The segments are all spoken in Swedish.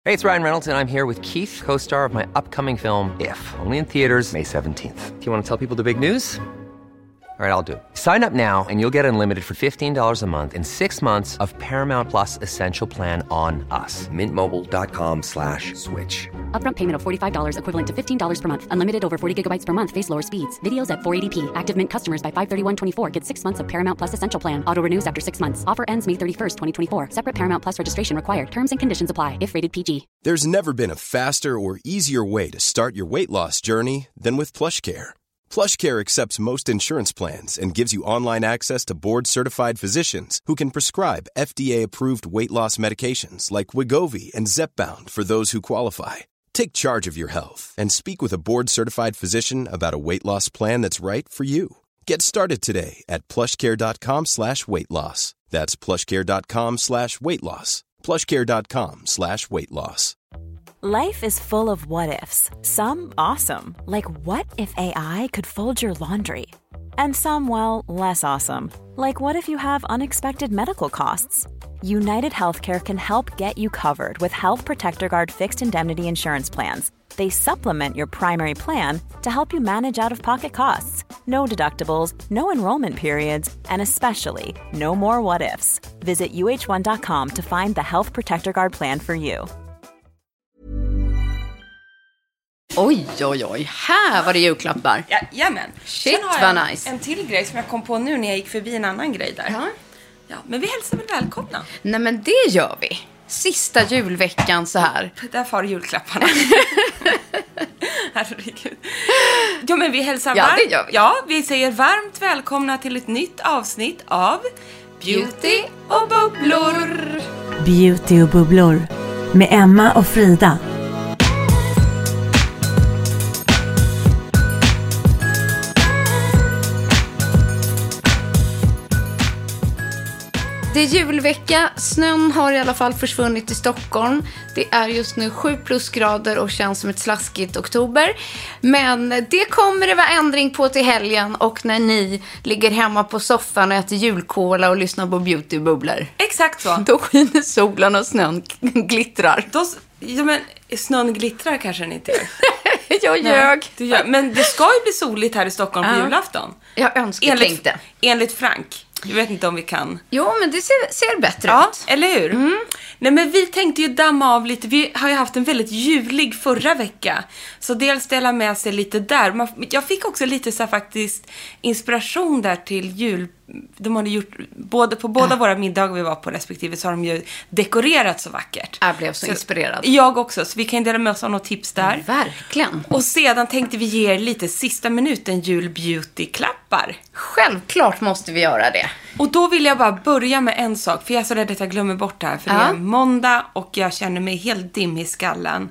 Hey, it's Ryan Reynolds, and I'm here with Keith, co-star of my upcoming film, If, only in theaters May 17th. Do you want to tell people the big news? All right, I'll do it. Sign up now and you'll get unlimited for $15 a month and 6 months of Paramount Plus Essential Plan on us. MintMobile.com/switch. Upfront payment of $45 equivalent to $15 per month. Unlimited over 40 gigabytes per month. Face lower speeds. Videos at 480p. Active Mint customers by 531.24 get 6 months of Paramount Plus Essential Plan. Auto renews after 6 months. Offer ends May 31st, 2024. Separate Paramount Plus registration required. Terms and conditions apply if rated PG. There's never been a faster or easier way to start your weight loss journey than with PlushCare. PlushCare accepts most insurance plans and gives you online access to board-certified physicians who can prescribe FDA-approved weight loss medications like Wegovy and Zepbound for those who qualify. Take charge of your health and speak with a board-certified physician about a weight loss plan that's right for you. Get started today at plushcare.com/weightloss. That's plushcare.com/weightloss. plushcare.com/weightloss. Life is full of what-ifs. Some awesome, like what if AI could fold your laundry? And some, well, less awesome, like what if you have unexpected medical costs? United Healthcare can help get you covered with Health Protector Guard fixed indemnity insurance plans. They supplement your primary plan to help you manage out-of-pocket costs. No deductibles, no enrollment periods, and especially no more what-ifs. Visit uh1.com to find the Health Protector Guard plan for you. Oj, oj, oj. Här var det julklappar. Jajamän. Shit, Sen har vad nice. En till grej som jag kom på nu när jag gick förbi en annan grej där. Ja, men vi hälsar väl välkomna. Nej, men det gör vi. Sista julveckan så här. Där får julklapparna. Herregud. Ja, men vi hälsar det gör vi. Ja, vi säger varmt välkomna till ett nytt avsnitt av Beauty och bubblor. Beauty och bubblor med Emma och Frida. Det är julvecka, snön har i alla fall försvunnit i Stockholm. Det är just nu 7 plusgrader och känns som ett slaskigt oktober. Men det kommer det vara ändring på till helgen och när ni ligger hemma på soffan och äter julkola och lyssnar på beautybubblor. Exakt så. Då skiner solen och snön glittrar. Ja, men snön glittrar kanske den inte gör. Jag ljög. Men det ska ju bli soligt här i Stockholm på julafton. Jag önskar tänkte. Enligt Frank. Jag vet inte om vi kan. Jo, men det ser bättre ut. Eller hur? Nej, men vi tänkte ju damma av lite. Vi har ju haft en väldigt julig förra vecka. Så dels dela med sig lite där. Jag fick också lite så här, faktiskt inspiration där till jul. De hade gjort, på båda våra middagar vi var på respektive så har de ju dekorerat så vackert. Jag blev så inspirerad. Jag också, så vi kan dela med oss av några tips där. Verkligen. Och sedan tänkte vi ge er lite sista minuten julbeauty-klappar. Självklart måste vi göra det. Och då vill jag bara börja med en sak. För jag är så rädd att jag glömmer bort det här. För det är måndag och jag känner mig helt dimmig i skallen.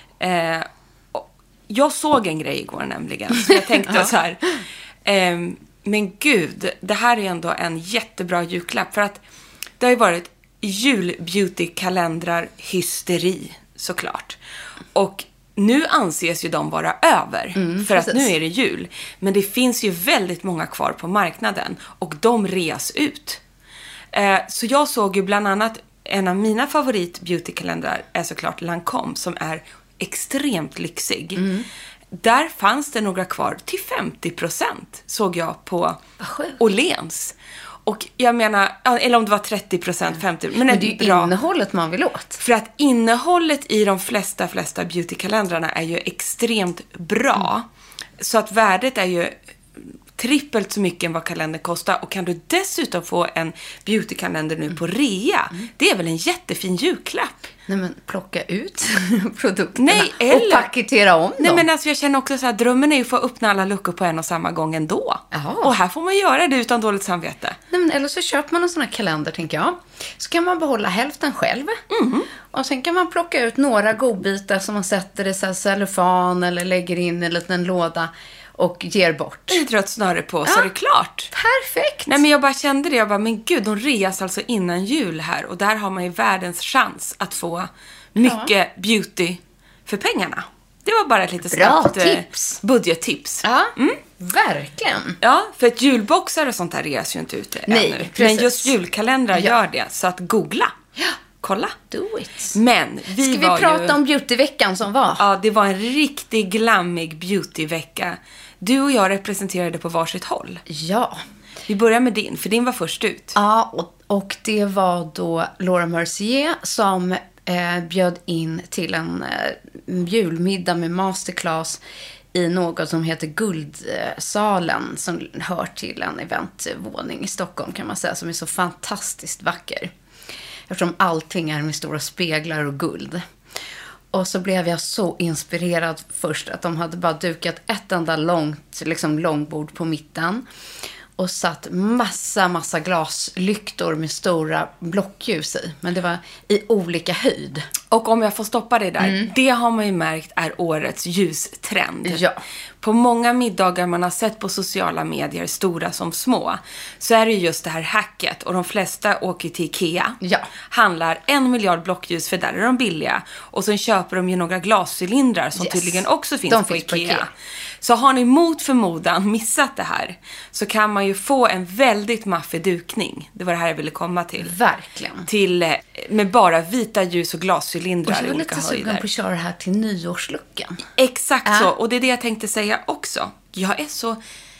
Jag såg en grej igår nämligen. Så jag tänkte så här. Men gud, det här är ändå en jättebra julklapp. För att det har ju varit julbeauty-kalendrar hysteri såklart. Och nu anses ju de vara över. För att nu är det jul. Men det finns ju väldigt många kvar på marknaden. Och de reas ut. Så jag såg ju bland annat en av mina favorit beauty-kalendrar är såklart Lancome. Som är extremt lyxig. Där fanns det några kvar till 50% såg jag på Åhléns. Och jag menar, eller om det var 30%, 50%. Men det är ju innehållet man vill åt. För att innehållet i de flesta beautykalendrarna är ju extremt bra. Så att värdet är ju trippelt så mycket än vad kalendern kostar. Och kan du dessutom få en beautykalender nu på rea, det är väl en jättefin julklapp. Nej, men plocka ut produkterna. Nej, eller... och paketera om dem. Nej, men alltså jag känner också så här, drömmen är ju att få öppna alla luckor på en och samma gång ändå. Jaha. Och här får man göra det utan dåligt samvete. Nej, men eller så köper man en sån här kalender, tänker jag. Så kan man behålla hälften själv. Och sen kan man plocka ut några godbitar som man sätter i så här cellofan eller lägger in i en liten låda och ger bort. Ett rött snöre på, så är det klart. Perfekt. Nej, men jag bara kände det. Jag bara, men gud, de reas alltså innan jul här. Och där har man ju världens chans att få mycket beauty för pengarna. Det var bara ett lite snabbt budgettips. Ja, verkligen. Ja, för ett julboxar och sånt här reas ju inte ute ännu. Precis. Men just julkalendrar gör det. Så att googla. kolla. Do it. Men Ska vi prata om beautyveckan som var? Ja, det var en riktigt glammig beautyvecka. Du och jag representerade på varsitt håll. Ja. Vi börjar med din, för din var först ut. Ja, och det var då Laura Mercier som bjöd in till en julmiddag med masterclass i något som heter Guldsalen, som hör till en eventvåning i Stockholm kan man säga, som är så fantastiskt vacker. Eftersom allting är med stora speglar och guld. Och så blev jag så inspirerad först att de hade bara dukat ett enda långbord på mitten. Och satt massa glaslyktor med stora blockljus i. Men det var i olika höjd. Och om jag får stoppa det där. Det har man ju märkt är årets ljustrend. Ja. På många middagar man har sett på sociala medier, stora som små, så är det just det här hacket. Och de flesta åker till Ikea. Ja. Handlar 1 miljard blockljus, för där är de billiga. Och sen köper de ju några glascylindrar som tydligen också finns på Ikea. Så har ni mot förmodan missat det här, så kan man ju få en väldigt maffig dukning. Det var det här jag ville komma till. Verkligen. Med bara vita ljus och glascylindrar i olika höjder. Och jag var lite sugen på att köra det här till nyårsluckan. Exakt så. Och det är det jag tänkte säga också. Jag är så,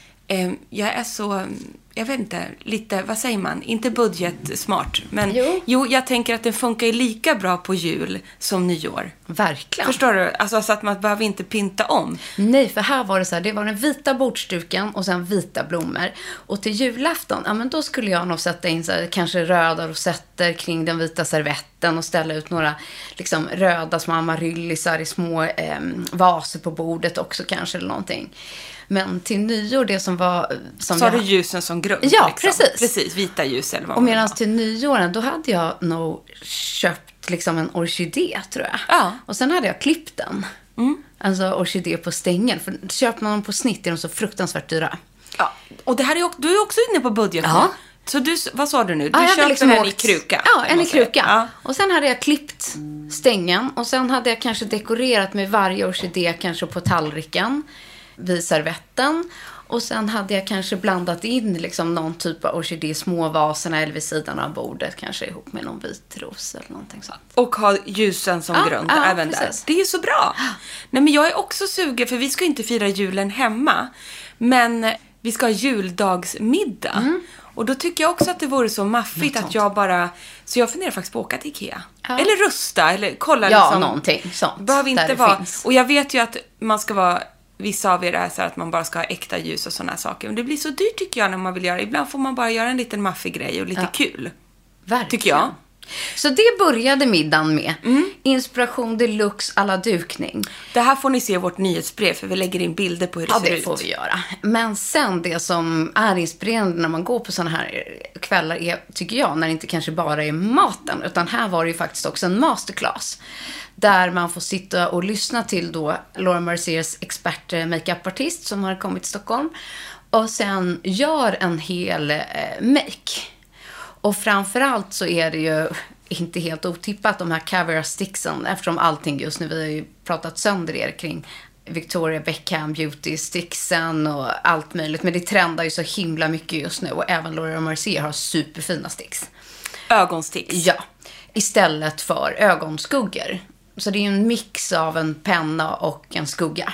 jag vet inte, lite, vad säger man? Inte budgetsmart. Men jo, jag tänker att den funkar lika bra på jul som nyår. Verkligen. Förstår du? Alltså så att man behöver inte pynta om. Nej, för här var det så här, det var den vita bordsduken och sen vita blommor. Och till julafton, ja men då skulle jag nog sätta in så här, kanske röda rosetter kring den vita servetten och ställa ut några liksom röda små amaryllisar i små vaser på bordet också kanske eller någonting. Men till nyår, det som var... Som så har du ljusen som grund. Ja, liksom. Precis, vita ljus eller vad. Och medan till nyåren, då hade jag nog köpt liksom en orkidé, tror jag. Ja. Och sen hade jag klippt den. Alltså orkidé på stängen. För köper man dem på snitt är de så fruktansvärt dyra. Ja, och det här är, du är också inne på budget. Ja. Så du, vad sa du nu? Du köpte liksom en i kruka. Ja, en i kruka. Ja. Och sen hade jag klippt stängen. Och sen hade jag kanske dekorerat med varje orkidé kanske på tallriken. Vid servetten. Och sen hade jag kanske blandat in liksom någon typ av orkidé i småvaserna eller vid sidan av bordet. Kanske ihop med någon vit ros eller någonting sånt. Och ha ljusen som grund även precis. Där. Det är så bra. Nej, men jag är också sugen, för vi ska inte fira julen hemma. Men vi ska ha juldagsmiddag. Och då tycker jag också att det vore så maffigt att jag bara... Så jag funderar faktiskt på att åka till Ikea. Ja. Eller Rusta, eller kolla liksom... någonting sånt. Behöver inte vara... Och jag vet ju att man ska vara... Vissa av er är så att man bara ska ha äkta ljus och sådana saker. Men det blir så dyrt tycker jag när man vill göra. Ibland får man bara göra en liten maffig grej och lite kul. Verkligen. Tycker jag. Så det började middagen med. Inspiration deluxe alla dukning. Det här får ni se i vårt nyhetsbrev, för vi lägger in bilder på hur det ser ut. Ja, det får vi göra. Men sen det som är inspirerande när man går på sådana här kvällar är, tycker jag, när det inte kanske bara är maten. Utan här var det ju faktiskt också en masterclass. Där man får sitta och lyssna till då Laura Merciers expert makeup-artist som har kommit till Stockholm. Och sen gör en hel make. Och framförallt så är det ju inte helt otippat de här caviar sticksen. Eftersom allting just nu, vi har ju pratat sönder er kring Victoria Beckham beauty sticksen och allt möjligt. Men det trendar ju så himla mycket just nu. Och även Laura Mercier har superfina sticks. Ögonsticks. Ja, istället för ögonskuggor. Så det är ju en mix av en penna och en skugga.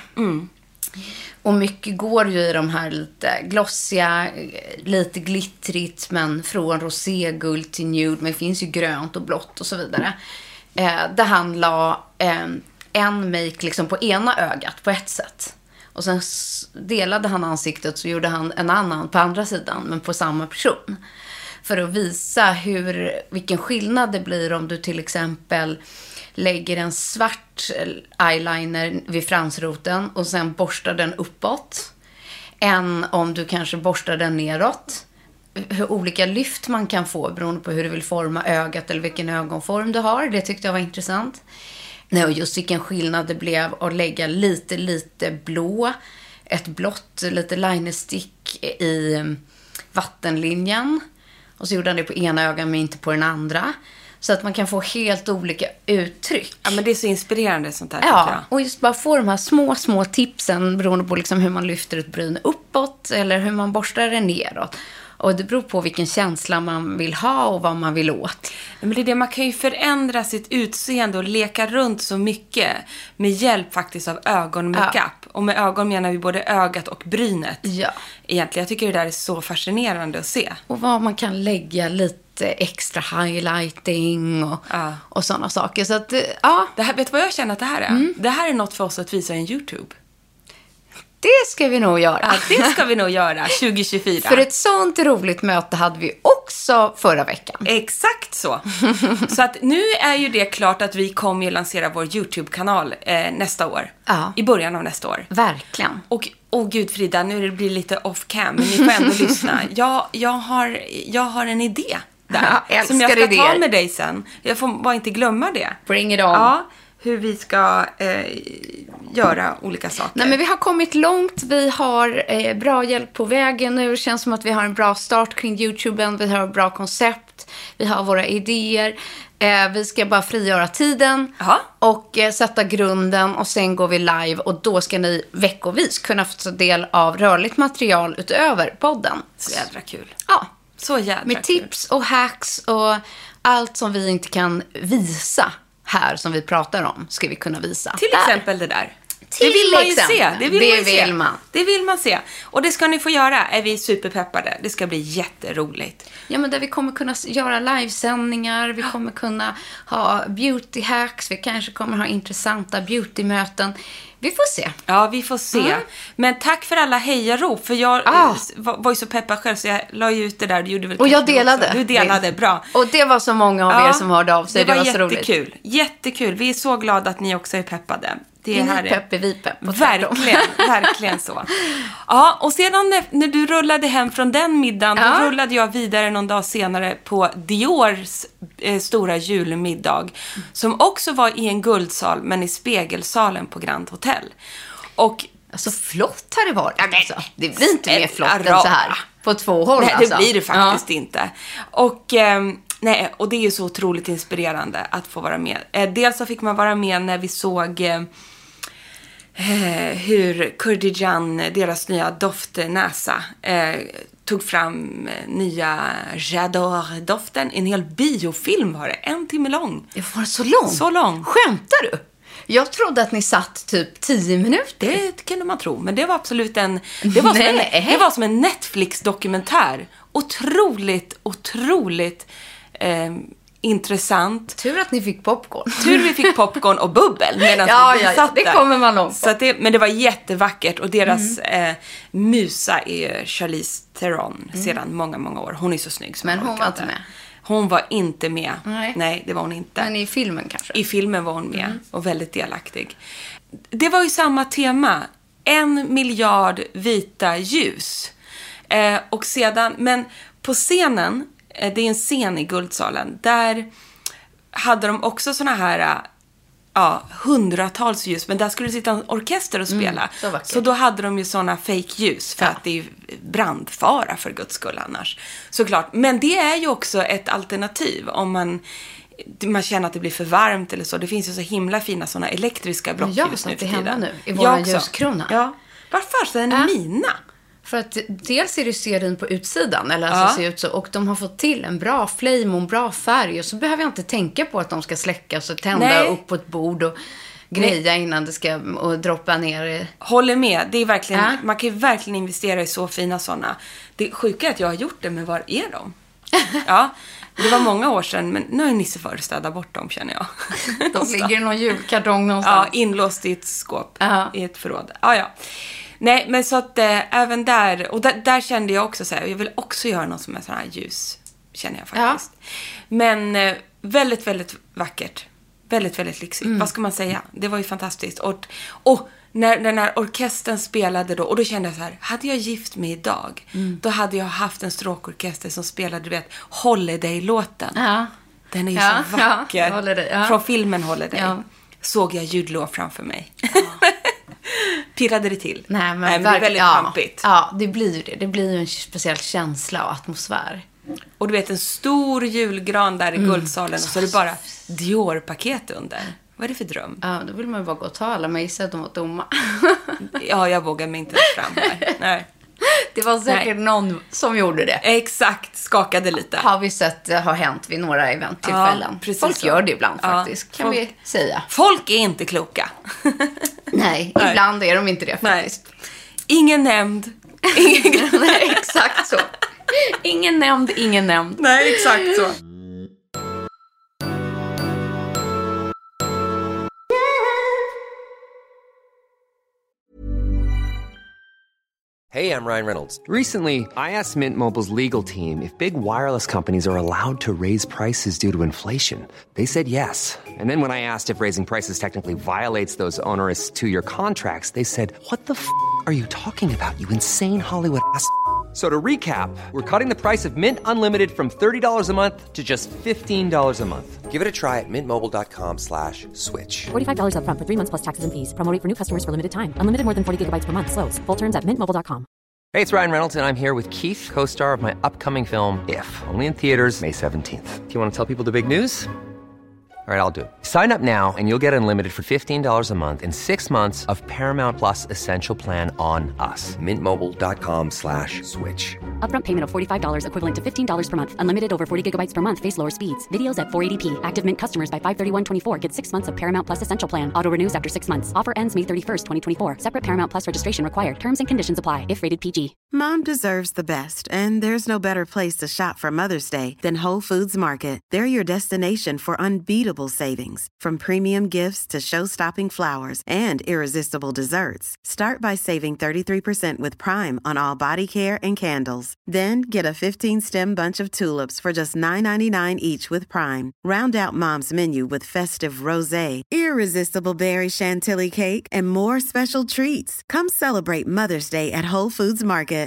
Och mycket går ju i de här lite glossiga, lite glittrigt, men från roséguld till nude. Men det finns ju grönt och blått och så vidare. Där han la en make liksom på ena ögat på ett sätt. Och sen delade han ansiktet, så gjorde han en annan på andra sidan, men på samma person. För att visa vilken skillnad det blir om du till exempel lägger en svart eyeliner vid fransroten och sen borstar den uppåt. Än om du kanske borstar den neråt. Hur olika lyft man kan få beroende på hur du vill forma ögat eller vilken ögonform du har. Det tyckte jag var intressant. Nej, och just vilken skillnad det blev att lägga lite blå, ett blått, lite linerstick i vattenlinjen. Och så gjorde han det på ena ögat men inte på den andra. Så att man kan få helt olika uttryck. Ja, men det är så inspirerande sånt här. Ja, och just bara få de här små tipsen beroende på liksom hur man lyfter ett bryn uppåt eller hur man borstar det neråt. Och det beror på vilken känsla man vill ha och vad man vill åt. Men det är det, man kan ju förändra sitt utseende och leka runt så mycket med hjälp faktiskt av ögonmakeup. Och med ögon menar vi både ögat och brynet. Ja. Egentligen, jag tycker det där är så fascinerande att se. Och vad man kan lägga lite extra highlighting och sådana saker. Så att, ja. Det här, vet du vad jag känner att det här är? Det här är något för oss att visa i YouTube. Det ska vi nog göra. Ja, det ska vi nog göra 2024. För ett sånt roligt möte hade vi också förra veckan. Exakt så. Så att nu är ju det klart att vi kommer att lansera vår YouTube-kanal nästa år. Ja. I början av nästa år. Verkligen. Och, gud Frida, nu blir det lite off-cam, men ni får ändå lyssna. Jag har en idé där. Ja, som jag ska ta idéer. med dig sen. Jag får bara inte glömma det. Bring it on. Ja, hur vi ska göra olika saker. Nej, men vi har kommit långt. Vi har bra hjälp på vägen nu. Det känns som att vi har en bra start kring YouTuben. Vi har ett bra koncept. Vi har våra idéer. Vi ska bara frigöra tiden. Aha. Och sätta grunden. Och sen går vi live. Och då ska ni veckovis kunna få ta del av rörligt material utöver podden. Så jädra kul. Ja. Så jädra Med tips och hacks och allt som vi inte kan visa här som vi pratar om ska vi kunna visa. Till där. exempel det där. Till det vill man ju exempel. se. Det vill man se. Och det ska ni få göra. Är vi superpeppade. Det ska bli jätteroligt. Ja, men där vi kommer kunna göra livesändningar. Vi kommer kunna ha beauty hacks. Vi kanske kommer ha intressanta beautymöten. Vi får se. Ja, vi får se. Men tack för alla hejarop. För jag var ju så peppad själv så jag la ju ut det där. Du gjorde väl och jag delade. Också. Du delade, bra. Och det var så många av er som hörde av sig. Det var så roligt. Jättekul. Jättekul. Vi är så glada att ni också är peppade. Det är här pepp, är vi pepp. Verkligen så. Ja, och sedan när du rullade hem från den middagen, då rullade jag vidare någon dag senare på Diors stora julmiddag. Som också var i en guldsal, men i spegelsalen på Grand Hotel. Och alltså flott har det varit. Alltså. Det blir inte mer flott än så här. På 2 håll. Nej, alltså. det blir det faktiskt inte. Och... nej, och det är ju så otroligt inspirerande att få vara med. Dels så fick man vara med när vi såg hur Kurdijan, deras nya doftnäsa, tog fram nya J'adore-doften. En hel biofilm var det, 1 timme lång. Det var så lång? Så lång. Skämtar du? Jag trodde att ni satt typ 10 minuter. Det kunde man tro, men det var absolut det var som en Netflix-dokumentär. Otroligt intressant. Tur att ni fick popcorn. Tur vi fick popcorn och bubbel medan vi satt det där. kommer man långt så men det var jättevackert. Och deras musa är Charlize Theron sedan många år. Hon är så snygg. Men hon var inte med. Hon var inte med. Nej, det var hon inte. Men i filmen kanske? I filmen var hon med och väldigt delaktig. Det var ju samma tema. 1 miljard vita ljus. Och sedan, men på scenen, det är en scen i Guldsalen, där hade de också såna här hundratals ljus, men där skulle det sitta en orkester och spela. Så då hade de ju såna fake ljus för att det är ju brandfara för Guds skull annars. Såklart. Men det är ju också ett alternativ om man känner att det blir för varmt eller så. Det finns ju så himla fina såna elektriska blockljus nu för tiden. Ja, nu i våra ljuskrona. Ja. Varför så är det mina? För att dels är det stearin på utsidan, eller alltså ser ut så, och de har fått till en bra flame och en bra färg, och så behöver jag inte tänka på att de ska släckas och tända upp på ett bord och greja innan det ska och droppa ner. Håller med, det är verkligen, man kan ju verkligen investera i så fina sådana. Det sjuka är att jag har gjort det, men var är de? Det var många år sedan, men nu är Nisse för att städa bort dem, känner jag. De ligger i någon julkartong någonstans. Ja, inlåst i ett skåp, i ett förråd. Ja. Nej, men så att även där, och där kände jag också så här, jag vill också göra något som är sån här ljus, känner jag faktiskt. Men väldigt, väldigt vackert. Väldigt, väldigt lyxigt. Vad ska man säga? Det var ju fantastiskt. Och när den här orkestern spelade då, och då kände jag så här, hade jag gift mig idag, då hade jag haft en stråkorkester som spelade, du vet, Holiday-låten. Ja. Den är ju så vacker. Holiday, Från filmen Holiday. Ja. Såg jag ljudlov framför mig. Pirrade det till. Nej, men det är väldigt pampigt. Ja, det blir ju det. Det blir ju en speciell känsla och atmosfär. Och du vet, en stor julgran där i Guldsalen, och så är det bara Dior-paket under. Vad är det för dröm? Ja, då vill man ju bara gå och tala. Men jag gissar att de var tomma. Ja, jag vågar mig inte ens fram här. Nej. Det var säkert någon som gjorde det. Exakt, skakade lite. Har vi sett har hänt vid några eventtillfällen. Ja, folk så. gör det ibland faktiskt, kan vi säga. Folk är inte kloka. Nej, ibland är de inte det faktiskt. Nej. Ingen nämnd. Nej, exakt så. Ingen nämnd. Nej, exakt så. Hey, I'm Ryan Reynolds. Recently, I asked Mint Mobile's legal team if big wireless companies are allowed to raise prices due to inflation. They said yes. And then when I asked if raising prices technically violates those onerous two-year contracts, they said, "What the f*** are you talking about, you insane Hollywood ass?" So to recap, we're cutting the price of Mint Unlimited from $30 a month to just $15 a month. Give it a try at mintmobile.com/switch. $45 up front for 3 months plus taxes and fees. Promo rate for new customers for limited time. Unlimited more than 40 gigabytes per month. Slows full terms at mintmobile.com. Hey, it's Ryan Reynolds, and I'm here with Keith, co-star of my upcoming film, If, only in theaters May 17th. Do you want to tell people the big news? All right, I'll do it. Sign up now and you'll get unlimited for $15 a month and 6 months of Paramount Plus Essential Plan on us. mintmobile.com/switch. Upfront payment of $45 equivalent to $15 per month. Unlimited over 40 gigabytes per month. Face lower speeds. Videos at 480p. Active Mint customers by 531.24 get 6 months of Paramount Plus Essential Plan. Auto renews after 6 months. Offer ends May 31st, 2024. Separate Paramount Plus registration required. Terms and conditions apply if rated PG. Mom deserves the best, and there's no better place to shop for Mother's Day than Whole Foods Market. They're your destination for unbeatable savings, from premium gifts to show-stopping flowers and irresistible desserts. Start by saving 33% with Prime on all body care and candles. Then get a 15-stem bunch of tulips for just $9.99 each with Prime. Round out Mom's menu with festive rosé, irresistible berry chantilly cake, and more special treats. Come celebrate Mother's Day at Whole Foods Market.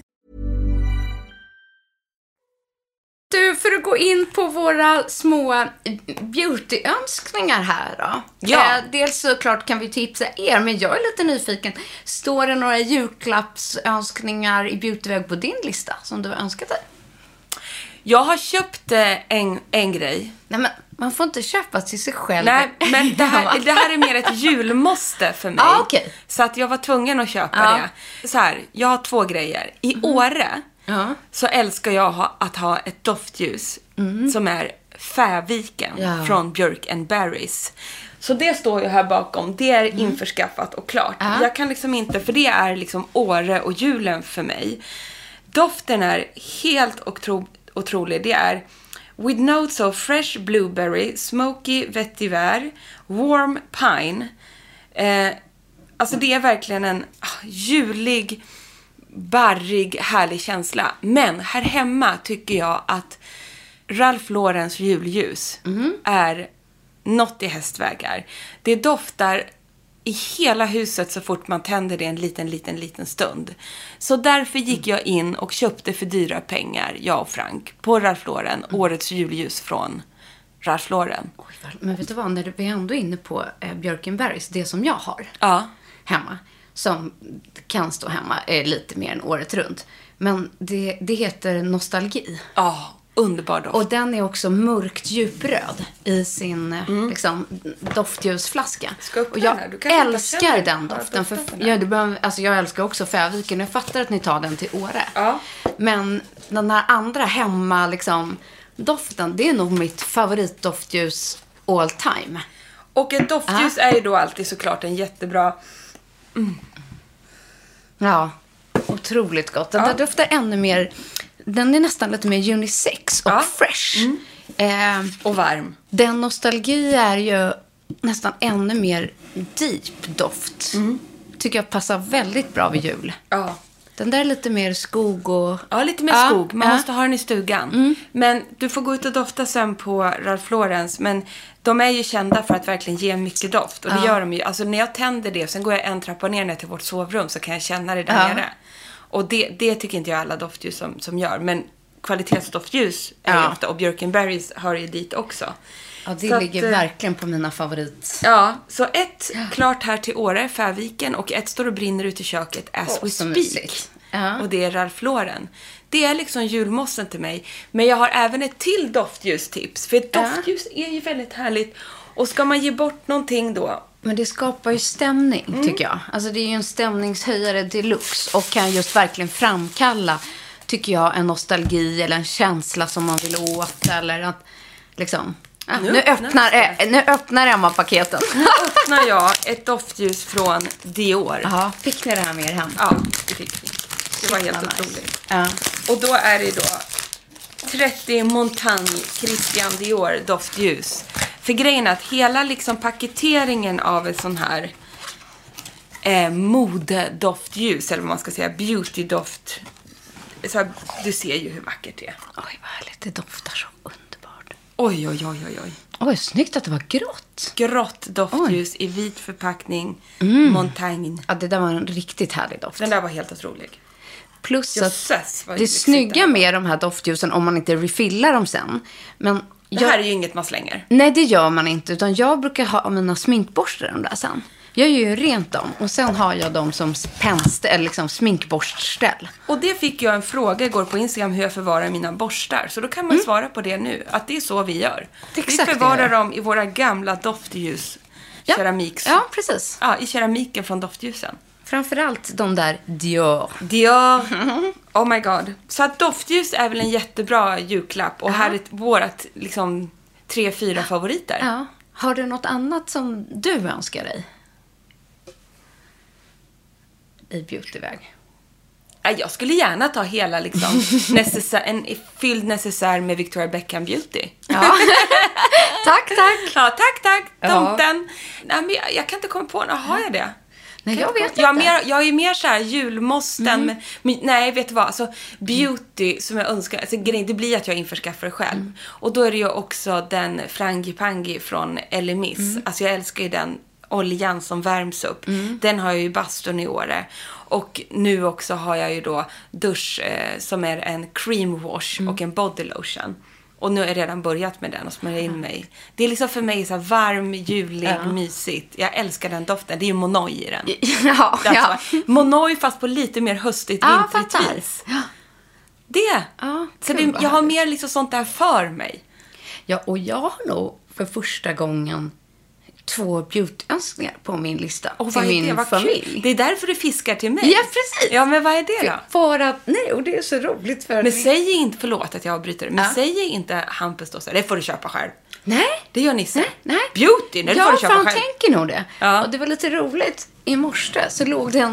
Du, för att gå in på våra små beautyönskningar här då. Ja. Dels såklart kan vi tipsa er, men jag är lite nyfiken. Står det några julklappsönskningar i beautyväg på din lista som du har önskat dig? Jag har köpt en grej. Nej, men man får inte köpa till sig själv. Nej, men det här är mer ett julmåste för mig. Ah, okay. Så att jag var tvungen att köpa det. Så här, jag har 2 grejer. I Åre så älskar jag att ha ett doftljus som är Fäviken från Björk & Barrys. Så det står ju här bakom. Det är införskaffat och klart. Jag kan liksom inte, för det är liksom Åre och julen för mig. Doften är helt otrolig. Det är with notes of fresh blueberry, smoky vetiver, warm pine. Alltså det är verkligen en julig, barrig, härlig känsla. Men här hemma tycker jag att Ralph Laurens julljus är något i hästvägar. Det doftar i hela huset så fort man tänder det en liten stund. Så därför gick jag in och köpte för dyra pengar, jag och Frank, på Ralph Lauren, årets julljus från Ralph Lauren. Men vet du vad, när vi är ändå inne på Björk & Barrys, det som jag har hemma, som kan stå hemma lite mer än året runt. Men det heter Nostalgi. Underbar doft. Och den är också mörkt djupröd i sin liksom, doftljusflaska. Och jag älskar den doften. För, jag älskar också Fäviken. Jag fattar att ni tar den till Åre. Ja. Men den här andra hemma liksom, doften, det är nog mitt favoritdoftljus all time. Och ett doftljus är ju då alltid såklart en jättebra... Ja, otroligt gott. Den där doftar ännu mer... Den är nästan lite mer unisex och fresh. Och varm. Den Nostalgi är ju nästan ännu mer deep doft. Tycker jag passar väldigt bra vid jul. Ja. Den där är lite mer skog och... Ja, lite mer skog. Man måste ha den i stugan. Men du får gå ut och dofta sen på Ralph Laurens. Men de är ju kända för att verkligen ge mycket doft. Och det gör de ju. Alltså när jag tänder det, sen går jag en trappa ner till vårt sovrum, så kan jag känna det där nere. Och det tycker inte jag alla doftljus som gör. Men kvalitetsdoftljus är ju ofta, och Björk & Barrys hör ju dit också. Ja, det så ligger verkligen på mina favorit. Ja, så ett klart här till Åre, Fäviken, och ett står och brinner ut i köket as we speak. Och det är Ralph Lauren. Det är liksom julmossen till mig. Men jag har även ett till doftljus-tips. För ett doftljus är ju väldigt härligt. Och ska man ge bort någonting då Men det skapar ju stämning, tycker jag. Alltså det är ju en stämningshöjare deluxe. Och kan just verkligen framkalla, tycker jag, en nostalgi eller en känsla som man vill åt. Eller att, liksom... Nu öppnar Emma paketen. Nu öppnar jag ett doftljus från Dior. Ja, fick ni det här med er hem? Ja, det fick vi. Det var helt otroligt. Ja. Och då är det då 30 Montagne Christian Dior doftljus. För grejen är att hela liksom paketeringen av en sån här modedoftljus, eller vad man ska säga, beautydoft. Så här, du ser ju hur vackert det är. Oj, vad härligt. Det doftar så underbart. Oj. Oj, snyggt att det var grått. Grått doftljus i vit förpackning. Montagne. Ja, det där var en riktigt härlig doft. Den där var helt otrolig. Plus att det är snygga med de här doftljusen om man inte refillar dem sen. Men det här är ju inget man slänger. Nej, det gör man inte. Utan jag brukar ha mina sminkborstar de där sen. Jag gör ju rent dem. Och sen har jag dem som eller liksom sminkborstställ. Och det fick jag en fråga igår på Instagram hur jag förvarar mina borstar. Så då kan man svara på det nu. Att det är så vi gör. Vi förvarar dem i våra gamla doftljus. Ja. Keramiks. Ja, precis. Ja, i keramiken från doftljusen. Framförallt de där Dior. Oh my god. Så att doftljus är väl en jättebra julklapp. Och här är vårat liksom 3-4 favoriter. Ja. Har du något annat som du önskar dig? I beautyväg. Jag skulle gärna ta hela liksom en fylld necessär med Victoria Beckham Beauty. Ja. Tack. Ja, tack. Tomten. Nej, men jag kan inte komma på något. Har jag det? Nej, jag vet inte. Jag är mer så här julmåsten. Men, nej, vet du vad? Alltså, beauty som jag önskar. Alltså, det blir att jag införskaffar det själv. Och då är det ju också den Frangipangi från Elemis. Alltså, jag älskar ju den oljan som värms upp. Den har jag ju i bastun i Åre. Och nu också har jag ju då dusch som är en cream wash och en body lotion. Och nu har jag redan börjat med den och smörja in mig. Det är liksom för mig så här varm, julig, mysigt. Jag älskar den doften. Det är ju Monoi i den. Ja. Monoi fast på lite mer höstigt, vintrigt vis. Ja. Det. Ja, så jag har mer liksom sånt där för mig. Ja, och jag har nog för första gången 2 beauty-önskningar på min lista. Och vad är det? Vad familj. Kul. Det är därför du fiskar till mig. Ja, precis. Ja, men vad är det då? För att, nej, och det är så roligt för men säg inte, förlåt att jag avbryter, men säg inte Hampus då så det får du köpa själv. Nej. Det gör Nisse. Nej. Beauty, det får du köpa själv. Jag tänker nog det. Ja. Och det var lite roligt. I morse så låg det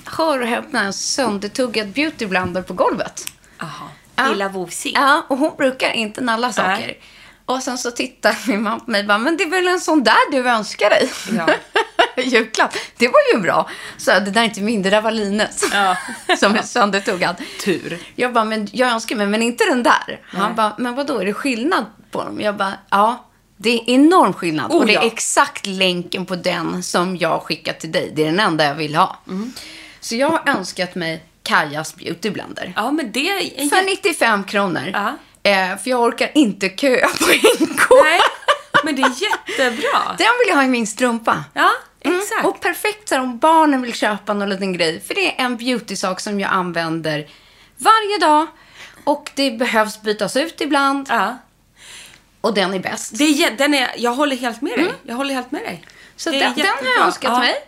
en söndertuggad beautyblander på golvet. Aha. Illa vovsig. Ja, och hon brukar inte nalla saker. Nej. Och sen så tittar min mamma på mig och bara, men det är väl en sån där du önskar dig? Ja. Julklapp. Det var ju bra. Så det där är inte min, det där var Lines. Ja. Som är söndertuggad. Tur. Jag bara, men jag önskar mig, men inte den där. Han bara, men vadå, är det skillnad på dem? Jag bara, ja, det är enorm skillnad. Och det är exakt länken på den som jag skickat till dig. Det är den enda jag vill ha. Så jag har önskat mig Kajas beautyblender. Ja, men det är... För 95 kronor. Ja. För jag orkar inte köa på NK. Nej, men det är jättebra. Den vill jag ha i min strumpa. Ja, exakt. Och perfekt så här, om barnen vill köpa någon liten grej. För det är en beauty-sak som jag använder varje dag. Och det behövs bytas ut ibland. Ja. Och den är bäst. Jag håller helt med dig. Jag håller helt med dig. Så den har jag önskat mig.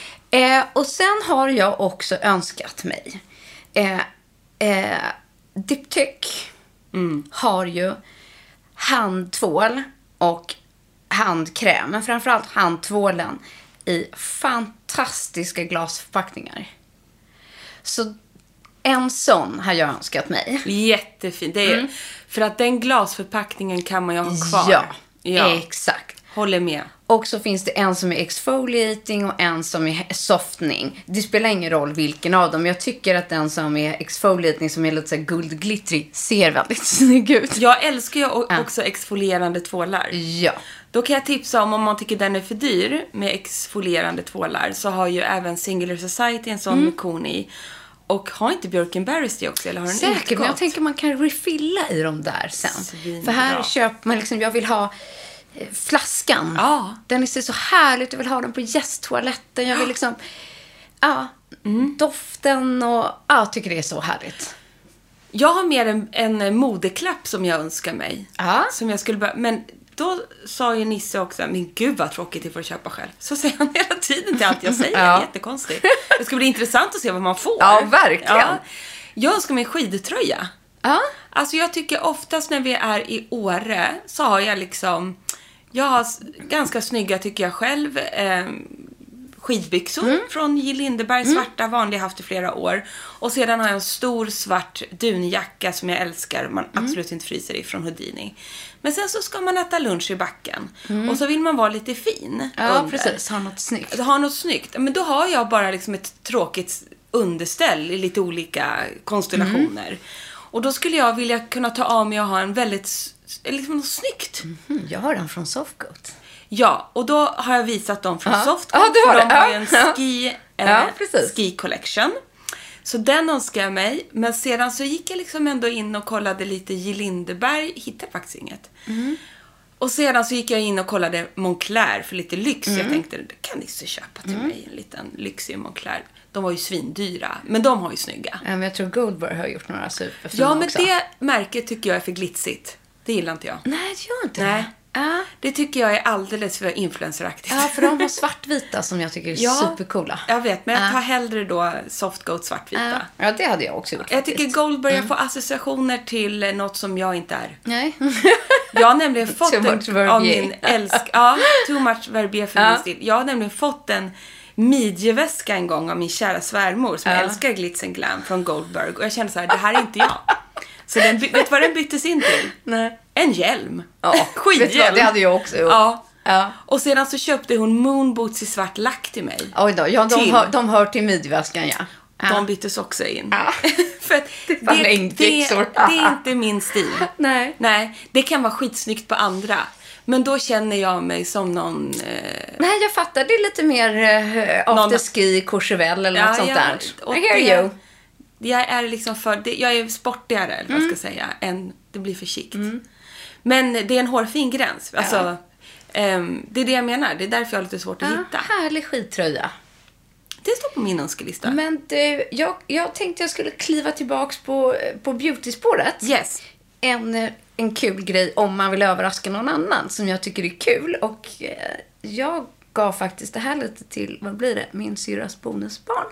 Och sen har jag också önskat mig Diptyque. Har ju handtvål och handkräm, men framförallt handtvålen i fantastiska glasförpackningar. Så en sån har jag önskat mig. Jättefint. Det är för att den glasförpackningen kan man ju ha kvar. Ja, exakt. Håller med. Och så finns det en som är exfoliating och en som är softening. Det spelar ingen roll vilken av dem. Jag tycker att den som är exfoliating, som är lite så här guldglittrig, ser väldigt snygg ut. Jag älskar ju också exfolierande tvålar. Ja. Då kan jag tipsa om man tycker den är för dyr med exfolierande tvålar, så har ju även Singular Society en sån med kon i. Och har inte Björkenberries det också? Eller har den säkert, men jag tänker man kan refilla i dem där sen. Svinbra. För här köper man liksom, jag vill ha flaskan. Ja. Den är så härligt. Jag vill ha den på gästtoaletten. Jag vill liksom doften och jag tycker det är så härligt. Jag har mer en modeklapp som jag önskar mig. Som jag skulle men då sa ju Nisse också, men gud vad tråkigt det får att köpa själv. Så säger han hela tiden till allt jag säger. Jättekonstigt. Det ska bli intressant att se vad man får. Ja, verkligen. Ja. Jag önskar mig skidtröja. Ja. Alltså jag tycker oftast när vi är i Åre så har jag liksom, jag har ganska snygga tycker jag själv, skidbyxor från J. Lindeberg, svarta, vanliga, haft i flera år. Och sedan har jag en stor svart dunjacka som jag älskar, man absolut inte fryser i, från Houdini. Men sen så ska man äta lunch i backen. Och så vill man vara lite fin. Ja, precis. Ha något snyggt. Men då har jag bara liksom ett tråkigt underställ i lite olika konstellationer. Och då skulle jag vilja kunna ta av mig och ha en väldigt, liksom något snyggt. Jag har den från Softgoat. Ja, och då har jag visat dem från Softgoat. Ja, för de har ju en ski collection. Så den önskar jag mig. Men sedan så gick jag liksom ändå in och kollade lite J. Lindeberg. Hittade faktiskt inget. Och sedan så gick jag in och kollade Moncler för lite lyx. Jag tänkte, det kan ni så köpa till mig. En liten lyxig Moncler. De var ju svindyra. Men de har ju snygga. Men jag tror Goldberg har gjort några superfina också. Ja, men det märket tycker jag är för glitsigt. Det gillar inte jag. Nej, det gör inte Nej. det. Det tycker jag är alldeles för influenceraktigt. Ja, för de har svartvita som jag tycker är supercoola. Jag vet, men jag tar hellre då Softgoat svartvita. Ja, det hade jag också gjort. Jag tycker Goldberg får associationer till något som jag inte är. Nej. Jag har nämligen fått Too much Verbier. av min too much Verbier för min stil. Jag har nämligen fått en midjeväska en gång av min kära svärmor som älskar glitz and glam från Goldberg. Och jag kände så här, det här är inte jag. Så vet du vad den byttes in till? Nej. En hjälm. Ja, skidhjälm. Det hade jag också gjort. Ja. Och sedan så köpte hon moonboots i svart lack till mig. Oj då, de hör till midjeväskan, ja. De byttes också in. Ja. För att det är inte min stil. Nej, det kan vara skitsnyggt på andra. Men då känner jag mig som någon... Nej, jag fattar. Det är lite mer afterski, Courchevel eller något sånt där. I hear you. Jag är liksom jag är sportigare, eller vad jag ska säga, än det blir för chikt. Men det är en hårfin gräns. Alltså, det är det jag menar. Det är därför jag har lite svårt att hitta. Härlig skidtröja. Det står på min önskelista. Men du, jag tänkte jag skulle kliva tillbaks på beautyspåret. Yes. En kul grej om man vill överraska någon annan som jag tycker är kul. Och jag gav faktiskt det här lite till, vad blir det? Min syrras bonusbarn.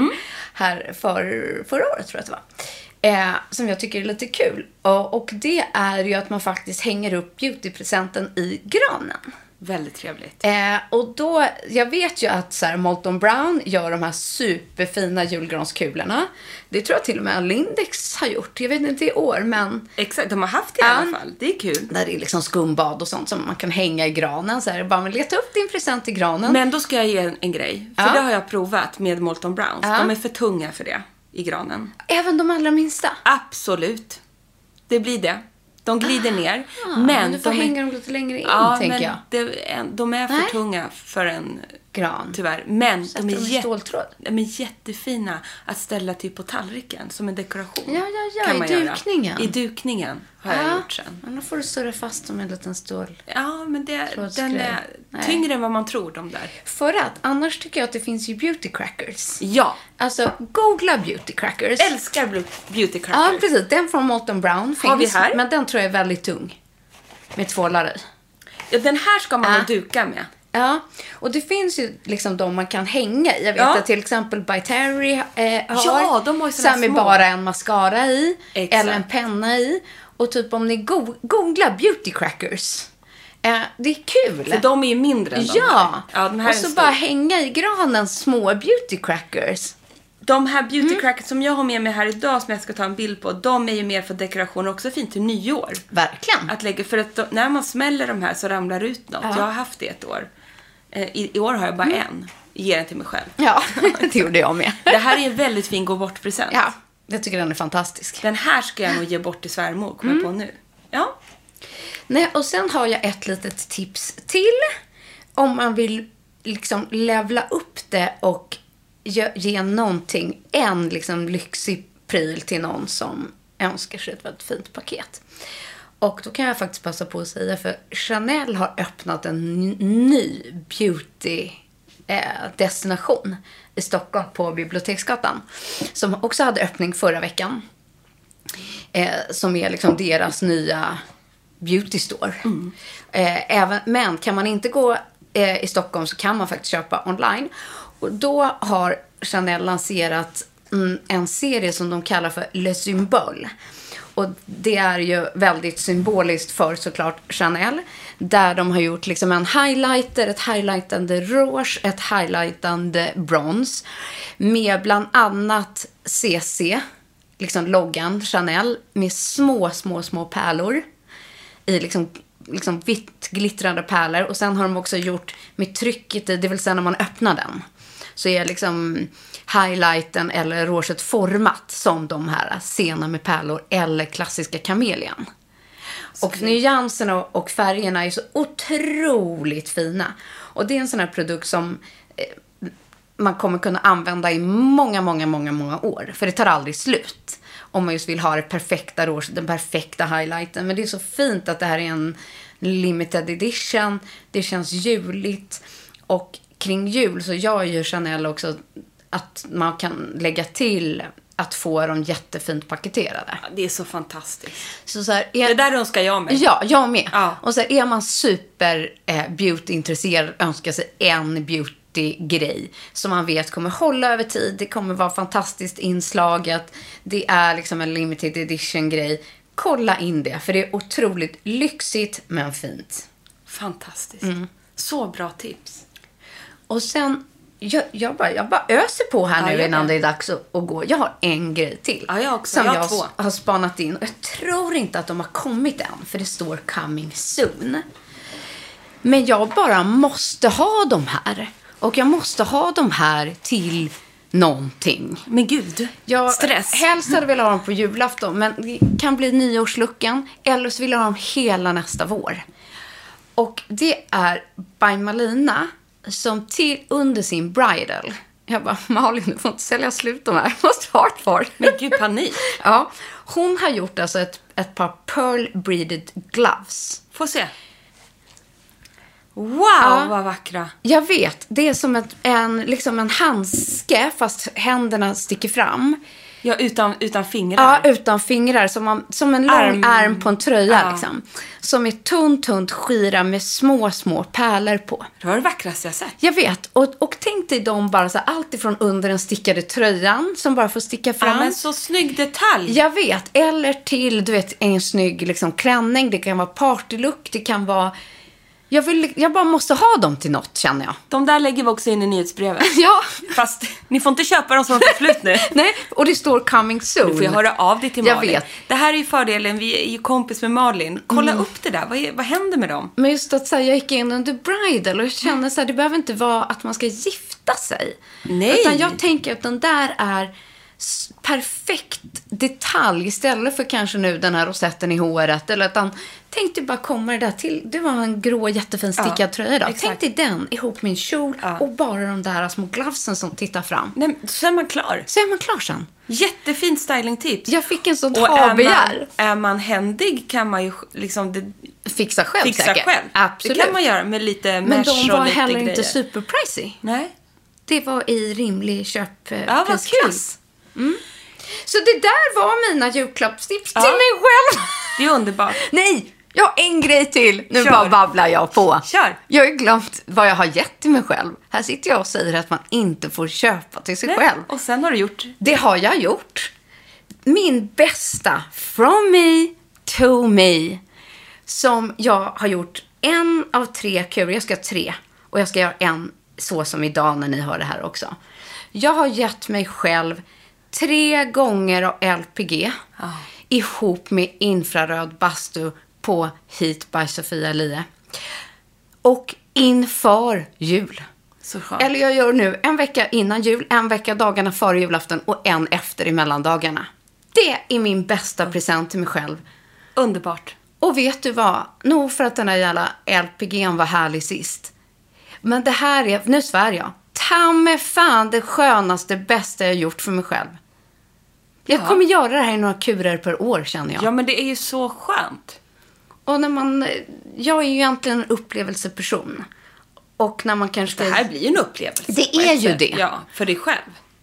Här förra året tror jag att det var. Som jag tycker är lite kul. Och det är ju att man faktiskt hänger upp beautypresenten i granen. Väldigt trevligt. Och då, jag vet ju att så här, Molton Brown gör de här superfina julgranskulorna. Det tror jag till och med Lindex har gjort. Jag vet inte i år, men... Exakt, de har haft det i alla fall. Det är kul. Där det är liksom skumbad och sånt som man kan hänga i granen. Så här, bara leta upp din present i granen. Men då ska jag ge en grej. För det har jag provat med Molton Browns. De är för tunga för det i granen. Även de allra minsta? Absolut. Det blir det. De glider ner. Men du får hänga dem lite längre in, tänker jag. De är för tunga för en gran. Tyvärr. Men de är jättefina att ställa typ på tallriken som en dekoration. Ja, kan man i dukningen. Göra. I dukningen har jag gjort sen. Men då får du surra fast som en liten stål. Ja, men den är tyngre än vad man tror, de där. För att annars tycker jag att det finns ju beauty crackers. Ja. Alltså, googla beauty crackers. Älskar beauty crackers. Ja, precis. Den från Molton Brown finns. Har vi här? Men den tror jag är väldigt tung. Med tvålar i. Ja, den här ska man nog duka med. Ja, och det finns ju liksom de man kan hänga i. Jag vet att till exempel By Terry har. Ja, de har ju sådana små. Bara en mascara i. Exakt. Eller en penna i. Och typ om ni googlar beauty crackers. Det är kul. För de är ju mindre än de här. Ja, de här och så bara hänga i granen små beauty crackers. De här beauty crackers som jag har med mig här idag, som jag ska ta en bild på, de är ju mer för dekoration, också fint till nyår. Verkligen. Att lägga, för att när man smäller de här så ramlar ut något. Jag har haft det ett år. I år har jag bara en. Ger den till mig själv. Ja, det gjorde jag med. Det här är en väldigt fin gå bort-present. Ja, jag tycker den är fantastisk. Den här ska jag nog ge bort till svärmor, kommer jag på nu. Ja. Nej, och sen har jag ett litet tips till. Om man vill liksom levla upp det och ge någonting, en liksom lyxig pryl till någon som önskar sig ett väldigt fint paket. Och då kan jag faktiskt passa på att säga, för Chanel har öppnat en ny beauty destination i Stockholm på Biblioteksgatan, som också hade öppning förra veckan, som är liksom deras nya beauty store. Men kan man inte gå i Stockholm så kan man faktiskt köpa online. Och då har Chanel lanserat en serie som de kallar för Le Symbole. Och det är ju väldigt symboliskt för såklart Chanel. Där de har gjort liksom en highlighter, ett highlightande rouge, ett highlightande brons. Med bland annat CC, liksom loggan Chanel, med små pärlor. I liksom vitt glittrande pärlor. Och sen har de också gjort med trycket i, det vill säga när man öppnar den. Så är liksom highlighten eller rouget format som de här sena med pärlor eller klassiska kamelian. Och nyanserna och färgerna är så otroligt fina. Och det är en sån här produkt som man kommer kunna använda i många år. För det tar aldrig slut. Om man just vill ha det perfekta rouge, den perfekta highlighten. Men det är så fint att det här är en limited edition. Det känns juligt. Och kring jul så gör ju Chanel också att man kan lägga till att få dem jättefint paketerade. Ja, det är så fantastiskt. Så här, det där önskar jag mig. Ja, jag med. Ja. Och så här, är man super beauty-intresserad, önskar sig en beauty-grej som man vet kommer hålla över tid. Det kommer vara fantastiskt inslaget. Det är liksom en limited edition-grej. Kolla in det, för det är otroligt lyxigt men fint. Fantastiskt. Så bra tips. Och sen, jag bara öser på här nu innan det är dags att gå. Jag har en grej till. Ja, jag också. Som jag jag två. har spanat in. Och jag tror inte att de har kommit än, för det står coming soon. Men jag bara måste ha dem här. Och jag måste ha dem här till någonting. Men gud, stress. Helst hade jag velat ha dem på julafton, men det kan bli nyårsluckan. Eller så vill jag ha dem hela nästa vår. Och det är by Malina, som under sin bridal. Jag bara, Malin, du får inte sälja slut de här. Måste ha ett par. Men gud, panik. Ja, hon har gjort alltså ett par pearl braided gloves. Får se. Wow, vad vackra. Jag vet, det är som en handske fast händerna sticker fram. Ja, utan fingrar. Ja, utan fingrar. Som en lång arm på en tröja. Liksom. Som är tunt skira med små pärlor på. Det var det vackraste jag sett. Jag vet. Och tänk dig dem bara så här, allt ifrån under den stickade tröjan som bara får sticka fram. Ja, men så snygg detalj. Jag vet. Eller till, du vet, en snygg liksom, klänning. Det kan vara partylook. Det kan vara... Jag bara måste ha dem till något, känner jag. De där lägger vi också in i nyhetsbrevet. Ja. Fast ni får inte köpa dem som de tar slut nu. Nej, och det står coming soon. Du får höra av dig till Malin. Jag vet. Det här är ju fördelen, vi är ju kompis med Malin. Kolla upp det där, vad händer med dem? Men just att så här, jag gick in under bridal och jag känner så här, det behöver inte vara att man ska gifta sig. Nej. Utan jag tänker att den där är perfekt detalj istället för kanske nu den här rosetten i håret, eller att han tänkte bara komma det där till. Det var en grå jättefin stickad tröja då. Tänk dig den ihop med en kjol och bara de där små glovesen som tittar fram. Nej, så är man klar. Så är man klar sen. Jättefint stylingtips. Jag fick en sån havbegär. Är man händig kan man ju liksom fixa själv säkert. Själv. Absolut. Det kan man göra med lite mesh. Men de var och lite heller grejer. inte superpricey. Nej. Det var i rimlig köpprisklass. Ja, vad kul. Så det där var mina julklappstips till mig själv. Det är underbart. Nej, jag har en grej till. Nu Kör. bara babblar jag på. Kör. Jag har glömt vad jag har gett till mig själv. Här sitter jag och säger att man inte får köpa till sig själv. Och sen har du gjort. Det har jag gjort. Min bästa from me to me. Som jag har gjort en av 3 kurer. Jag ska ha 3. Och jag ska göra en så som idag när ni hör det här också. Jag har gett mig själv 3 gånger av LPG ihop med infraröd bastu på Heat by Sofia Lie. Och inför jul. Så skönt. Eller jag gör nu en vecka innan jul, en vecka dagarna före julafton och en efter i mellandagarna. Det är min bästa present till mig själv. Underbart. Och vet du vad? Nog för att den här jävla LPG:n var härlig sist. Men det här är, nu svär jag, ta mig fan det skönaste, bästa jag gjort för mig själv. Jag kommer göra det här i några kurer per år, känner jag. Ja, men det är ju så skönt. Och jag är ju egentligen en upplevelseperson. Och när man kanske... Det här blir ju en upplevelse. Det är ju det. Ja, för dig själv.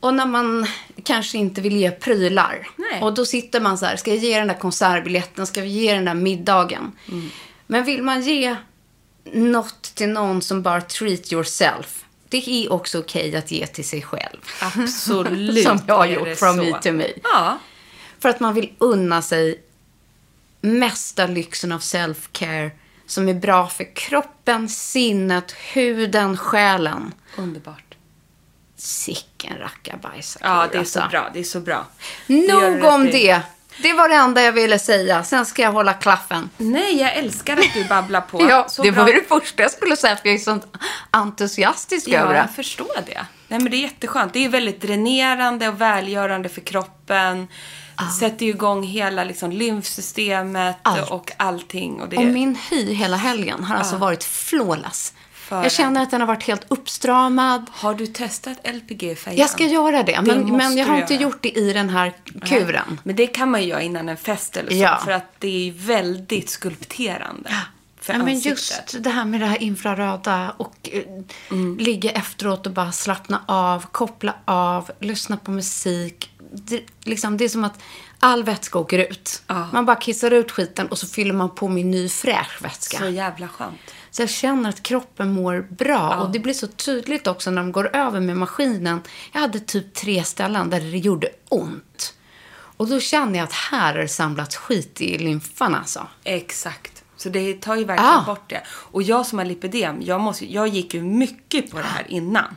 Och när man kanske inte vill ge prylar. Nej. Och då sitter man så här, ska jag ge den där konsertbiljetten? Ska vi ge den där middagen? Men vill man ge något till någon som bara treat yourself, det är också okej att ge till sig själv. Absolut. Som jag har är gjort det från så. me to me. Ja. För att man vill unna sig mesta lyxen av self-care som är bra för kroppen, sinnet, huden, själen. Underbart. Sicken rackabajs. Ja, det är så bra. Det är så bra. Nog om det. Det var det enda jag ville säga. Sen ska jag hålla klaffen. Nej, jag älskar att du babblar på. Ja, så det bra. var ju det första jag skulle säga. För jag är så entusiastisk över Ja, det. jag förstår det. Nej, men det är jätteskönt. Det är väldigt dränerande och välgörande för kroppen. Sätter ju igång hela liksom, lymfsystemet och allting. Och, det... Och min hy hela helgen har alltså varit flawless. För Jag känner att den har varit helt uppstramad. Har du testat LPG-färgen? Jag ska göra det, men jag har inte göra. gjort det i den här kuren. Nej. Men det kan man ju göra innan en fest eller så. Ja. För att det är väldigt skulpterande. För Men ansiktet. just det här med det här infraröda och ligga efteråt och bara slappna av, koppla av, lyssna på musik. Det är som att all vätska åker ut. Ja. Man bara kissar ut skiten och så fyller man på med ny fräsch vätska. Så jävla skönt. Så jag känner att kroppen mår bra. Och det blir så tydligt också när de går över med maskinen. Jag hade typ 3 ställen där det gjorde ont. Och då känner jag att här är det samlat skit i lymfan alltså. Exakt. Så det tar ju verkligen bort det. Och jag som har lipödem, jag gick ju mycket på det här innan.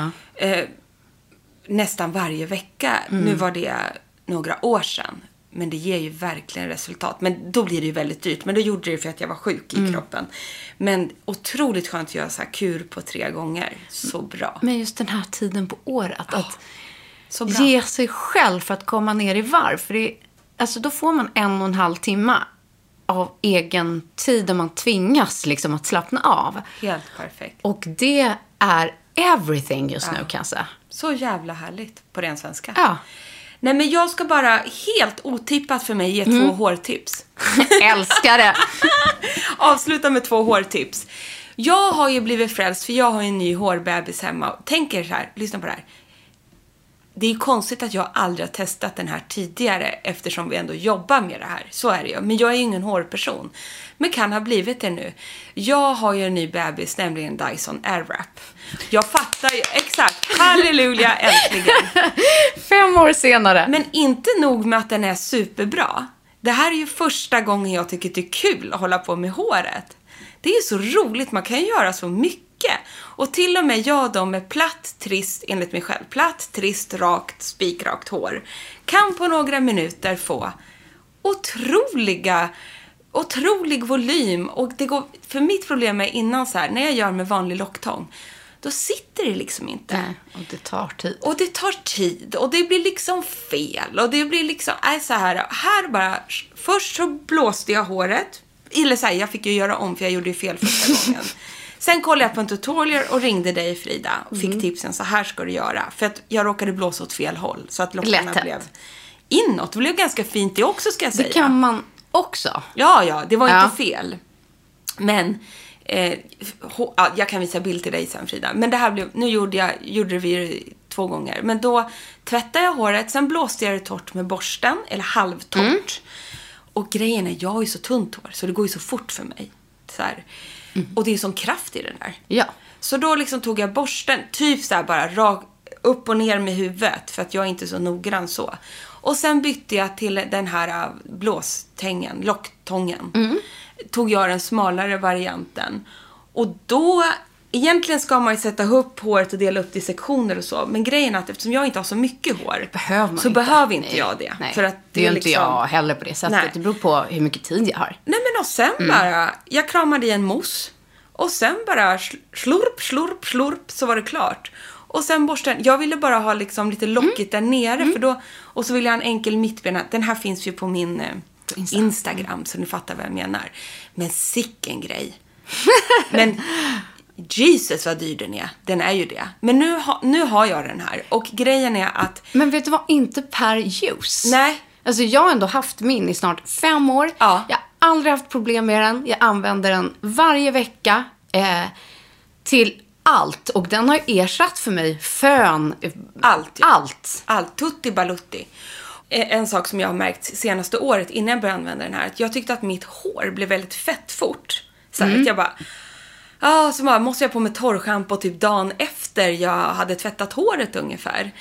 Nästan varje vecka. Nu var det några år sedan. Men det ger ju verkligen resultat. Men då blir det ju väldigt dyrt. Men då gjorde det för att jag var sjuk i kroppen. Men otroligt skönt att göra så här kur på 3 gånger. Så bra. Men just den här tiden på året. Att så bra. ge sig själv för att komma ner i varv. För det, alltså då får man 1,5 timme av egen tid där man tvingas liksom att slappna av. Helt perfekt. Och det är everything just nu kan jag säga. Så jävla härligt på ren svenska. Ja. Nej, men jag ska bara helt otippat för mig ge 2 hårtips. Älskar det. Avsluta med 2 hårtips. Jag har ju blivit frälst för jag har en ny hårbebis hemma. Tänk er så här, lyssna på det här. Det är ju konstigt att jag aldrig har testat den här tidigare eftersom vi ändå jobbar med det här. Så är det ju. Men jag är ju ingen hårperson. Men kan ha blivit det nu. Jag har ju en ny bebis, nämligen Dyson Airwrap. Jag fattar ju, exakt. Halleluja, äntligen. 5 år senare. Men inte nog med att den är superbra. Det här är ju första gången jag tycker det är kul att hålla på med håret. Det är så roligt, man kan ju göra så mycket. Och till och med jag då med platt, trist, enligt mig själv, platt, trist, rakt, spikrakt hår kan på några minuter få otrolig volym. Och det går, för mitt problem är innan så här, när jag gör med vanlig locktång, då sitter det liksom inte. Nej, och det tar tid. Och det tar tid. Och det blir liksom fel. Och det blir liksom, så här bara, först så blåste jag håret. Eller så här, jag fick ju göra om för jag gjorde ju fel första gången. Sen kollade jag på en tutorial och ringde dig, Frida. Fick tipsen, så här ska du göra. För att jag råkade blåsa åt fel håll. Så att lockarna blev inåt. Det blev ganska fint det också, ska jag säga. Det kan man också. Ja, det var inte fel. Men jag kan visa bild till dig sen, Frida. Men det här blev, nu gjorde vi det 2 gånger. Men då tvättade jag håret, sen blåste jag det torrt med borsten, eller halvtorrt. Och grejen är, jag har ju så tunt hår, så det går ju så fort för mig. Så här. Och det är ju sån kraft i den där. Ja. Så då liksom tog jag borsten, typ så här bara upp och ner med huvudet, för att jag är inte så noggrann så. Och sen bytte jag till den här blåstängen, locktången. Tog jag den smalare varianten. Och då, egentligen ska man ju sätta upp håret och dela upp det i sektioner och så. Men grejen är att eftersom jag inte har så mycket hår, behöver inte jag det. Nej. För att det är ju liksom, inte jag heller på det sättet. Nej. Det beror på hur mycket tid jag har. Nej, men och sen bara, jag kramade i en mousse. Och sen bara slurp, så var det klart. Och sen borsten, jag ville bara ha liksom lite lockigt där nere. För då, och så ville jag ha en enkel mittbena. Den här finns ju på min Instagram, så ni fattar vad jag menar. Men sicken grej. Men Jesus vad dyr den är. Den är ju det. Men nu har jag den här. Och grejen är att... Men vet du vad? Inte per use. Nej. Alltså jag har ändå haft min i snart 5 år. Ja. Jag har aldrig haft problem med den. Jag använder den varje vecka till allt. Och den har ersatt för mig fön. Allt. Tutti balutti. En sak som jag har märkt senaste året innan jag började använda den här. Att jag tyckte att mitt hår blev väldigt fett fort. Så att jag bara... så måste jag på med torrschampo typ dagen efter jag hade tvättat håret ungefär.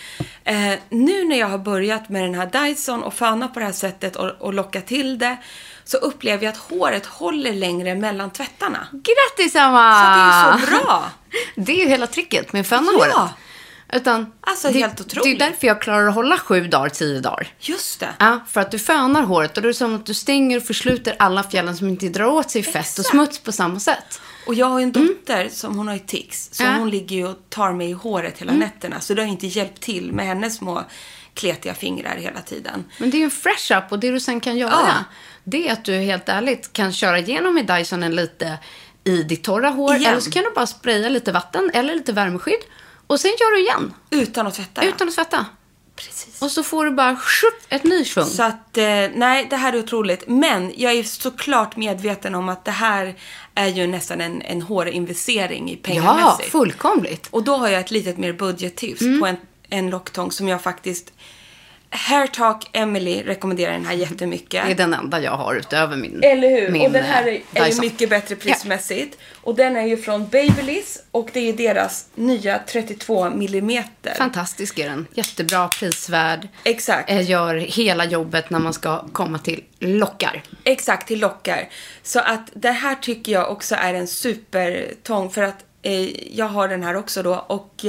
Nu när jag har börjat med den här Dyson och föna på det här sättet och locka till det, så upplever jag att håret håller längre mellan tvättarna. Grattis, Emma! Så det är ju så bra. Det är ju hela tricket med föna håret. Utan alltså helt otroligt. Det är därför jag klarar att hålla 7 dagar, 10 dagar. Just det. Ja, för att du fönar håret och det är som att du stänger och försluter alla fjällen som inte drar åt sig fett och smuts på samma sätt. Och jag har ju en dotter som hon har i tics. Så hon ligger ju och tar mig i håret hela nätterna. Så det har inte hjälpt till med hennes små kletiga fingrar hela tiden. Men det är ju en fresh up och det du sen kan göra, det är att du helt ärligt kan köra igenom med Dysonen lite i ditt torra hår. Eller så kan du bara spraya lite vatten eller lite värmeskydd. Och sen gör du igen. Utan att tvätta. Precis. Och så får du bara ett nysvung. Så att, nej, det här är otroligt. Men jag är såklart medveten om att det här är ju nästan en hårinvestering i pengamässigt. Ja, fullkomligt. Och då har jag ett litet mer budgettips på en locktång som jag faktiskt... Hair Talk Emily rekommenderar den här jättemycket. Det är den enda jag har utöver min. Eller hur? Min, och den här är ju mycket bättre prismässigt. Ja. Och den är ju från Babyliss. Och det är deras nya 32 mm. Fantastisk är den. Jättebra, prisvärd. Exakt. Gör hela jobbet när man ska komma till lockar. Exakt, till lockar. Så att det här tycker jag också är en supertång. För att jag har den här också då. Och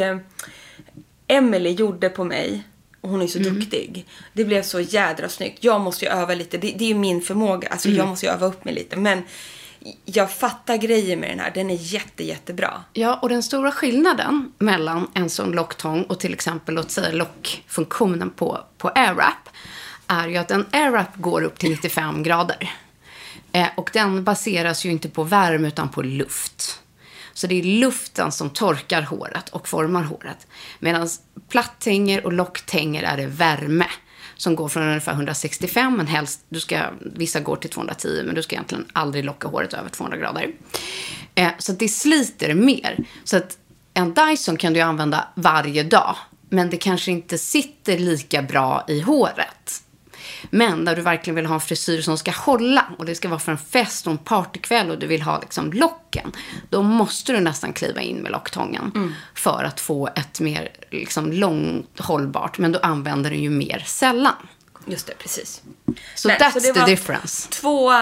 Emily gjorde på mig. Och hon är så duktig. Det blev så jädra snyggt. Jag måste ju öva lite. Det är ju min förmåga. Alltså jag måste ju öva upp mig lite. Men jag fattar grejer med den här. Den är jättebra. Ja, och den stora skillnaden mellan en sån locktång och till exempel, låt säga, lockfunktionen på AirWrap är ju att en AirWrap går upp till 95 grader. Och den baseras ju inte på värme utan på luft. Så det är luften som torkar håret och formar håret. Medan plattänger och locktänger är det värme som går från ungefär 165, men helst, vissa går till 210, men du ska egentligen aldrig locka håret över 200 grader. Så det sliter mer. Så att en Dyson kan du använda varje dag, men det kanske inte sitter lika bra i håret. Men när du verkligen vill ha en frisyr som ska hålla och det ska vara för en fest och en partykväll och du vill ha liksom locken, då måste du nästan kliva in med locktången för att få ett mer liksom långt hållbart, men du använder den ju mer sällan. Just det, precis. Så that's så the difference. 2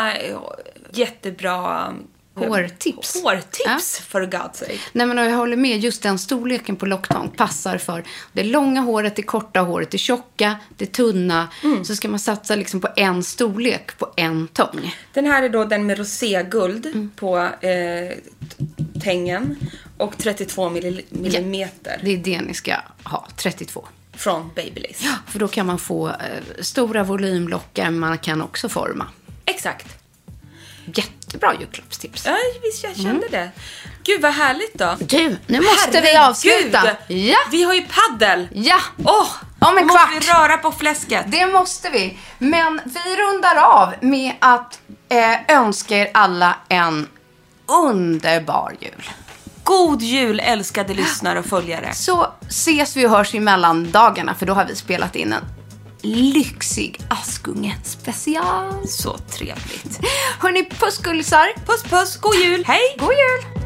jättebra hårtips för God's sake. Nej, men jag håller med, just den storleken på locktång passar för det långa håret, det korta håret, det tjocka, det tunna. Så ska man satsa liksom på en storlek på en tång. Den här är då den med roséguld på tängen och 32 millimeter. Det är det ni ska ha, 32. Från Babyliss. Ja, för då kan man få stora volymlockar, man kan också forma. Exakt. Jättebra julklappstips. Ja, visst, jag kände det. Gud, vad härligt då. Du, nu måste vi avsluta. Ja. Vi har ju paddel. Ja. Om en kvart. Måste vi röra på fläsket. Det måste vi. Men vi rundar av med att önska er alla en underbar jul. God jul, älskade lyssnare och följare. Så ses vi och hörs i mellandagarna, för då har vi spelat in en lyxig Askunge special. Så trevligt. Hörrni, puss gullisar. Puss, puss. God jul. Hej. God jul.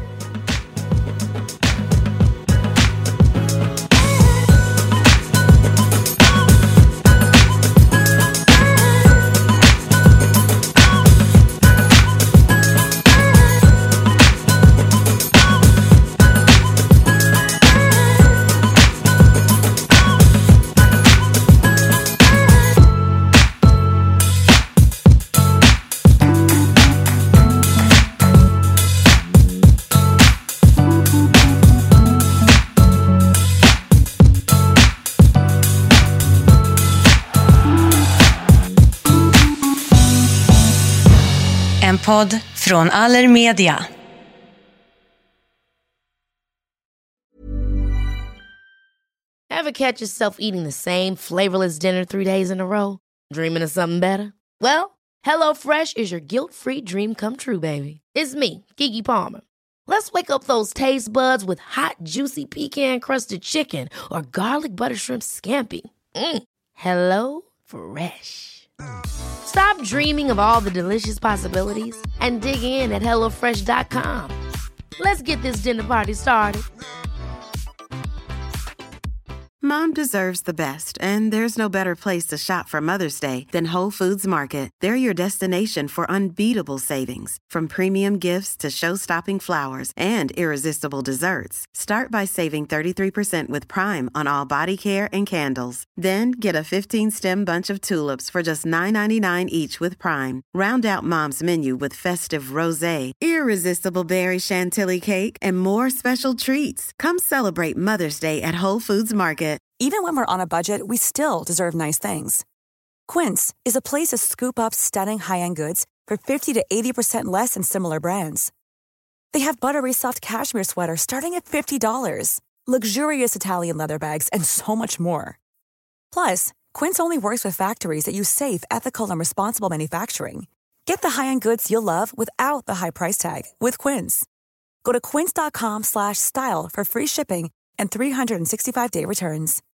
En podd från Allermedia. Ever catch yourself eating the same flavorless dinner 3 days in a row? Dreaming of something better? Well, HelloFresh is your guilt-free dream come true, baby. It's me, Keke Palmer. Let's wake up those taste buds with hot, juicy pecan-crusted chicken or garlic butter shrimp scampi. Hello Fresh. Stop dreaming of all the delicious possibilities and dig in at HelloFresh.com. Let's get this dinner party started. Mom deserves the best, and there's no better place to shop for Mother's Day than Whole Foods Market. They're your destination for unbeatable savings, from premium gifts to show-stopping flowers and irresistible desserts. Start by saving 33% with Prime on all body care and candles. Then get a 15-stem bunch of tulips for just $9.99 each with Prime. Round out Mom's menu with festive rosé, irresistible berry chantilly cake, and more special treats. Come celebrate Mother's Day at Whole Foods Market. Even when we're on a budget, we still deserve nice things. Quince is a place to scoop up stunning high-end goods for 50 to 80% less than similar brands. They have buttery soft cashmere sweaters starting at $50, luxurious Italian leather bags, and so much more. Plus, Quince only works with factories that use safe, ethical, and responsible manufacturing. Get the high-end goods you'll love without the high price tag with Quince. Go to quince.com/style for free shipping and 365-day returns.